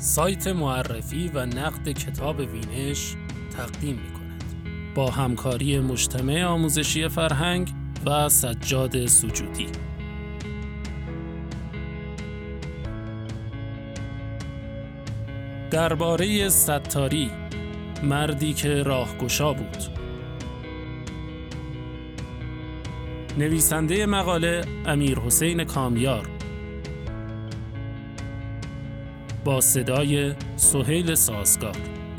سایت معرفی و نقد کتاب وینش تقدیم می‌کند. با همکاری مجتمع آموزشی فرهنگ و سجاد سجودی. درباره ستاری، مردی که راهگشا بود. نویسنده مقاله امیرحسین کامیار، با صدای سهیل سازگار.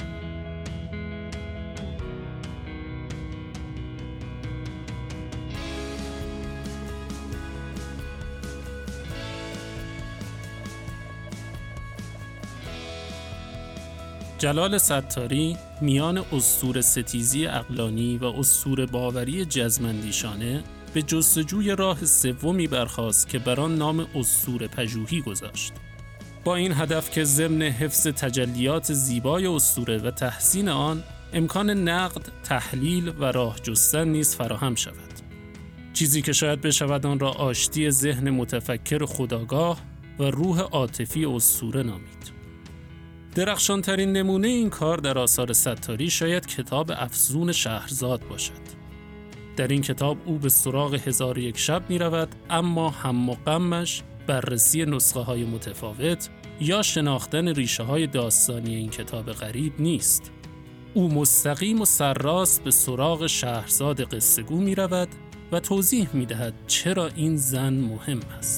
جلال ستاری میان اسطوره ستیزی عقلانی و اسطوره باوری جزم‌اندیشانه به جستجوی راه سومی برخاست که بر آن نام اسطوره پژوهی گذاشت. با این هدف که ضمن حفظ تجلیات زیبای اسطوره و تحسین آن، امکان نقد، تحلیل و راه جستن نیز فراهم شود. چیزی که شاید بشود آن را آشتی ذهن متفکر خودآگاه و روح عاطفی اسطوره نامید. درخشانترین نمونه این کار در آثار ستاری شاید کتاب افسون شهرزاد باشد. در این کتاب او به سراغ 1001 شب می رود، اما هم و غمش بررسی نسخه های متفاوت یا شناختن ریشه های داستانی این کتاب غریب نیست. او مستقیم و سرراست به سراغ شهرزاد قصه‌گو می رود و توضیح می دهد چرا این زن مهم است.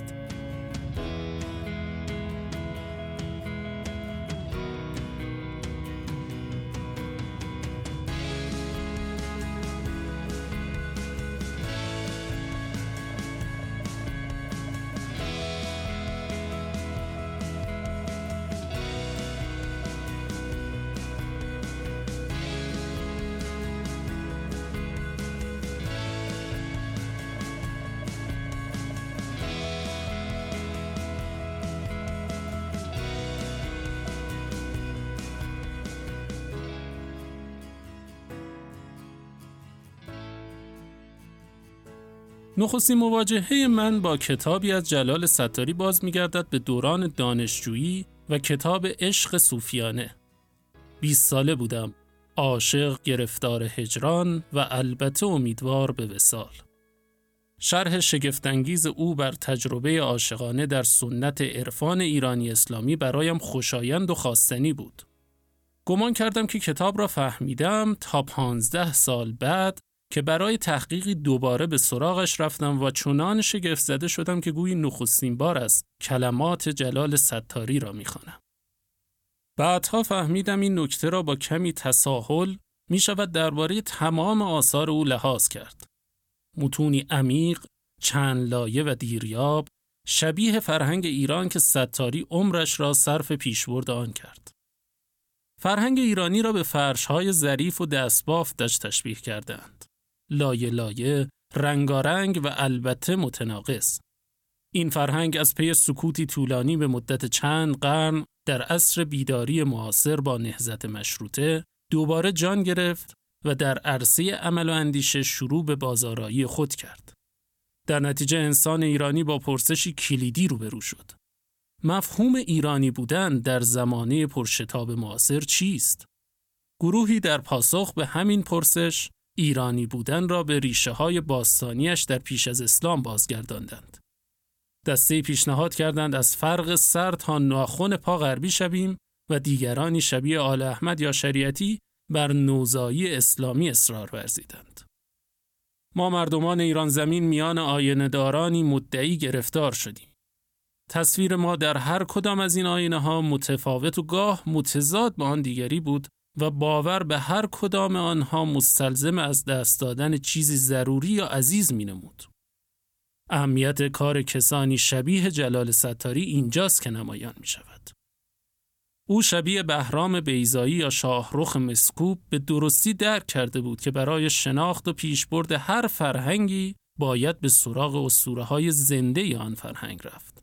نخستین مواجهه من با کتابی از جلال ستاری باز می‌گردد به دوران دانشجویی و کتاب عشق صوفیانه. 20 ساله بودم، عاشق، گرفتار هجران و البته امیدوار به وصال. شرح شگفت‌انگیز او بر تجربه عاشقانه در سنت عرفان ایرانی اسلامی برایم خوشایند و خواستنی بود. گمان کردم که کتاب را فهمیدم تا 15 سال بعد که برای تحقیقی دوباره به سراغش رفتم و چنان شگفت زده شدم که گویی نخستین بار است کلمات جلال ستاری را می‌خوانم. بعدها فهمیدم این نکته را با کمی تساهل می شود درباره تمام آثار او لحاظ کرد. متونی عمیق، چند لایه و دیریاب، شبیه فرهنگ ایران که ستاری عمرش را صرف پیشبرد آن کرد. فرهنگ ایرانی را به فرش‌های ظریف و دستبافتش تشبیه کردند. لایه لایه، رنگارنگ و البته متناقض. این فرهنگ از پی سکوتی طولانی به مدت چند قرن در عصر بیداری معاصر با نهضت مشروطه دوباره جان گرفت و در عرصه عمل و اندیشه شروع به بازآرایی خود کرد. در نتیجه انسان ایرانی با پرسشی کلیدی روبرو شد. مفهوم ایرانی بودن در زمانه پرشتاب معاصر چیست؟ گروهی در پاسخ به همین پرسش ایرانی بودن را به ریشه‌های باستانیش در پیش از اسلام بازگرداندند. دسته پیشنهاد کردند از فرق سر تا ناخن پا غربی شویم و دیگرانی شبیه آل احمد یا شریعتی بر نوزایی اسلامی اصرار ورزیدند. ما مردمان ایران زمین میان آینه‌دارانی مدعی گرفتار شدیم. تصویر ما در هر کدام از این آینه‌ها متفاوت و گاه متضاد با آن دیگری بود و باور به هر کدام آنها مستلزم از دست دادن چیزی ضروری یا عزیز می‌نمود. اهمیت کار کسانی شبیه جلال ستاری اینجاست که نمایان می‌شود. او شبیه بهرام بیضایی یا شاهرخ مسکوب به درستی درک کرده بود که برای شناخت و پیشبرد هر فرهنگی باید به سراغ اسطوره‌های زنده آن فرهنگ رفت.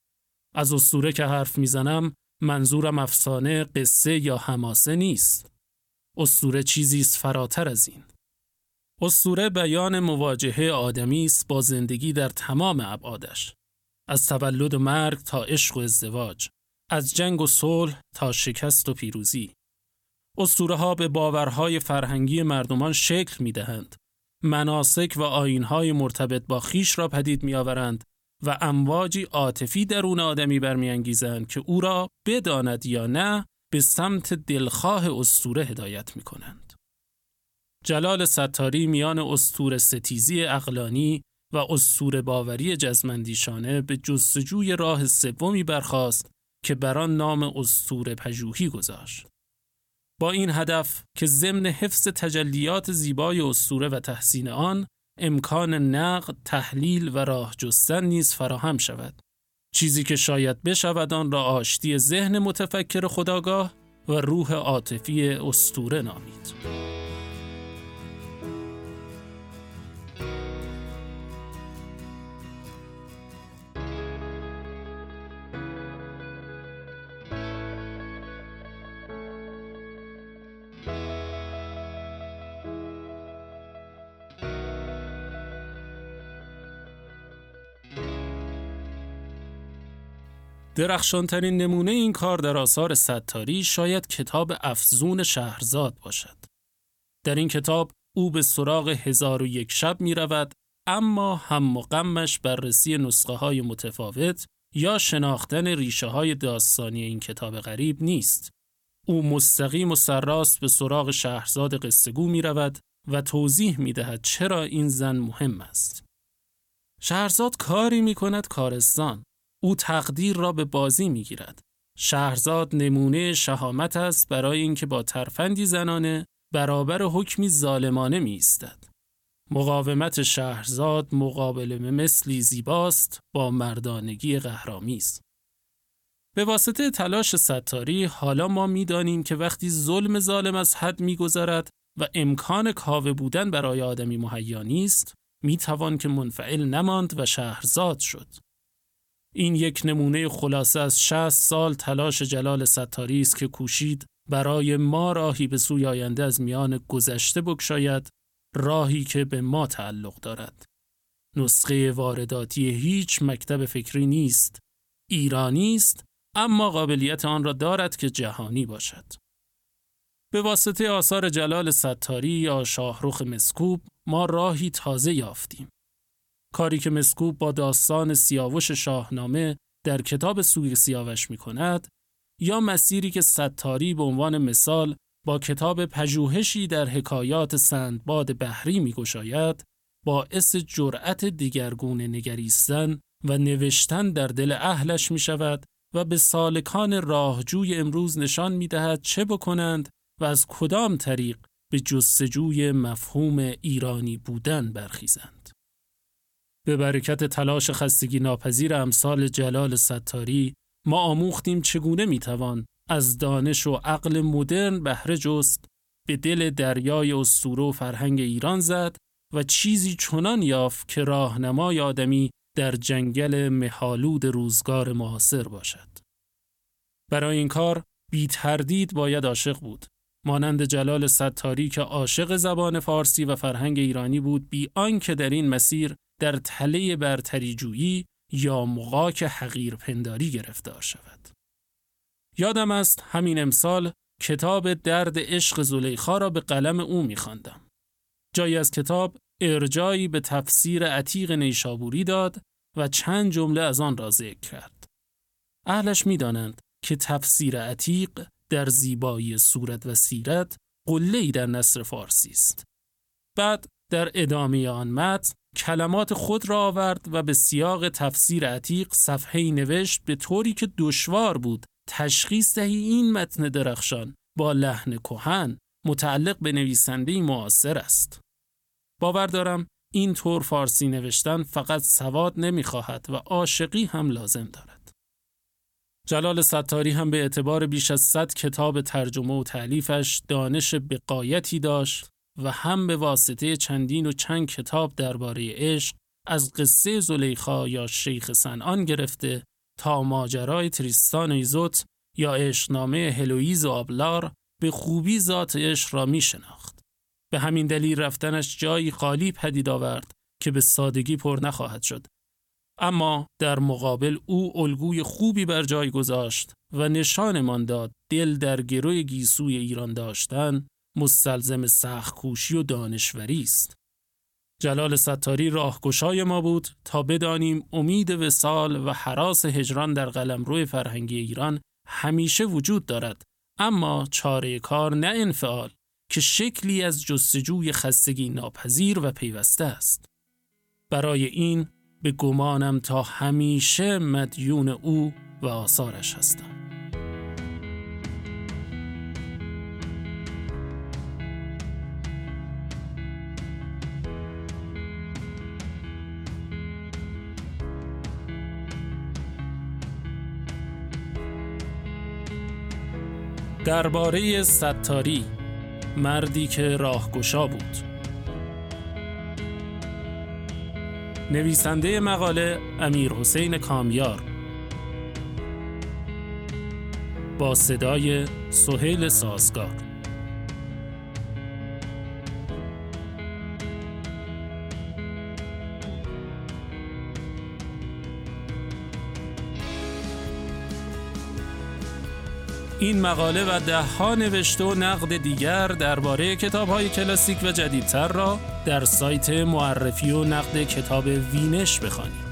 از اسطوره که حرف میزنم منظورم افسانه، قصه یا حماسه نیست. اسطوره چیزی است فراتر از این. اسطوره بیان مواجهه آدمی است با زندگی در تمام ابعادش. از تولد و مرگ تا عشق و ازدواج، از جنگ و صلح تا شکست و پیروزی. اسطوره‌ها به باورهای فرهنگی مردمان شکل می‌دهند، مناسک و آیین‌های مرتبط با خویش را پدید می‌آورند و امواجی عاطفی درون آدمی برمی‌انگیزند که او را بداند یا نه به سمت دلخواه اسطوره هدایت می‌کنند. جلال ستاری میان اسطوره ستیزی عقلانی و اسطوره باوری جزمندیشانه به جستجوی راه سومی برخاست که بر آن نام اسطوره پژوهی گذاشت. با این هدف که ضمن حفظ تجلیات زیبای اسطوره و تحسین آن، امکان نقد، تحلیل و راه جستن نیز فراهم شود. چیزی که شاید بشود آن را آشتی ذهن متفکر خودآگاه و روح عاطفی اسطوره نامید. درخشانترین نمونه این کار در آثار ستاری شاید کتاب افزون شهرزاد باشد. در این کتاب او به سراغ 1001 شب می رود، اما هم و غمش بررسی نسخه های متفاوت یا شناختن ریشه های داستانی این کتاب غریب نیست. او مستقیم و سرراست به سراغ شهرزاد قصه‌گو می رود و توضیح می دهد چرا این زن مهم است. شهرزاد کاری می کند کارستان. او تقدیر را به بازی می گیرد. شهرزاد نمونه شهامت است برای اینکه با ترفندی زنانه برابر حکمی ظالمانه می ایستد. مقاومت شهرزاد مقابل مثلی زیباست با مردانگی قهرآمیز. به واسطه تلاش ستاری حالا ما می دانیم که وقتی ظلم ظالم از حد می گذرد و امکان کاوه بودن برای آدمی مهیا نیست، می توان که منفعل نماند و شهرزاد شد. این یک نمونه خلاصه از 60 سال تلاش جلال ستاری است که کوشید برای ما راهی به سوی آینده از میان گذشته بگشاید، راهی که به ما تعلق دارد. نسخه وارداتی هیچ مکتب فکری نیست، ایرانی است، اما قابلیت آن را دارد که جهانی باشد. به واسطه آثار جلال ستاری یا شاهرخ مسکوب ما راهی تازه یافتیم. کاری که مسکوب با داستان سیاوش شاهنامه در کتاب سوگ سیاوش می کند، یا مسیری که ستاری به عنوان مثال با کتاب پژوهشی در حکایات سندباد بحری می گشاید، باعث جرأت دیگرگونه نگریستن و نوشتن در دل اهلش می شود و به سالکان راهجوی امروز نشان می دهد چه بکنند و از کدام طریق به جستجوی مفهوم ایرانی بودن برخیزند. به برکت تلاش خستگی ناپذیر امثال جلال ستاری ما آموختیم چگونه میتوان از دانش و عقل مدرن بهره جست، به دل دریای اسطوره و فرهنگ ایران زد و چیزی چنان یافت که راهنمای آدمی در جنگل مه‌آلود روزگار معاصر باشد. برای این کار بی تردید باید عاشق بود. مانند جلال ستاری که عاشق زبان فارسی و فرهنگ ایرانی بود، بی آنکه در این مسیر در تله برتریجویی یا مغاک حقیر پنداری گرفتار شود. یادم است همین امسال کتاب درد عشق زلیخا را به قلم او می‌خواندم. جایی از کتاب ارجایی به تفسیر عتیق نیشابوری داد و چند جمله از آن را ذکر کرد. اهلش می‌دانند که تفسیر عتیق در زیبایی صورت و سیرت قله‌ای در نثر فارسی است. بعد در ادامه آن متن کلمات خود را آورد و به سیاق تفسیر عتیق صفحه‌ای نوشت به طوری که دشوار بود تشخیص دهی این متن درخشان با لحن کهن متعلق به نویسنده‌ای معاصر است. باور دارم این طور فارسی نوشتن فقط سواد نمی‌خواهد و عاشقی هم لازم دارد. جلال ستاری هم به اعتبار بیش از 100 کتاب ترجمه و تألیفش دانش به غایتی داشت و هم به واسطه چندین و چند کتاب درباره عشق، از قصه زلیخا یا شیخ صنعان گرفته تا ماجرای تریستان و ایزوت یا عشقنامه هلوئیز و آبلار، به خوبی ذات عشق را می شناخت. به همین دلیل رفتنش جایی خالی پدید آورد که به سادگی پر نخواهد شد. اما در مقابل او الگوی خوبی بر جای گذاشت و نشانمان داد دل در گروی گیسوی ایران داشتن مستلزم سخت‌کوشی و دانشوری است. جلال ستاری راهگشای ما بود تا بدانیم امید وصال و هراس هجران در قلمرو فرهنگی ایران همیشه وجود دارد، اما چاره کار نه انفعال که شکلی از جستجوی خستگی ناپذیر و پیوسته است. برای این به گمانم تا همیشه مدیون او و آثارش هستم. درباره ستاری، مردی که راهگشا بود. نویسنده مقاله امیرحسین کامیار، با صدای سهیل سازگار. این مقاله و ده‌ها نوشته و نقد دیگر درباره کتاب‌های کلاسیک و جدیدتر را در سایت معرفی و نقد کتاب وینش بخوانید.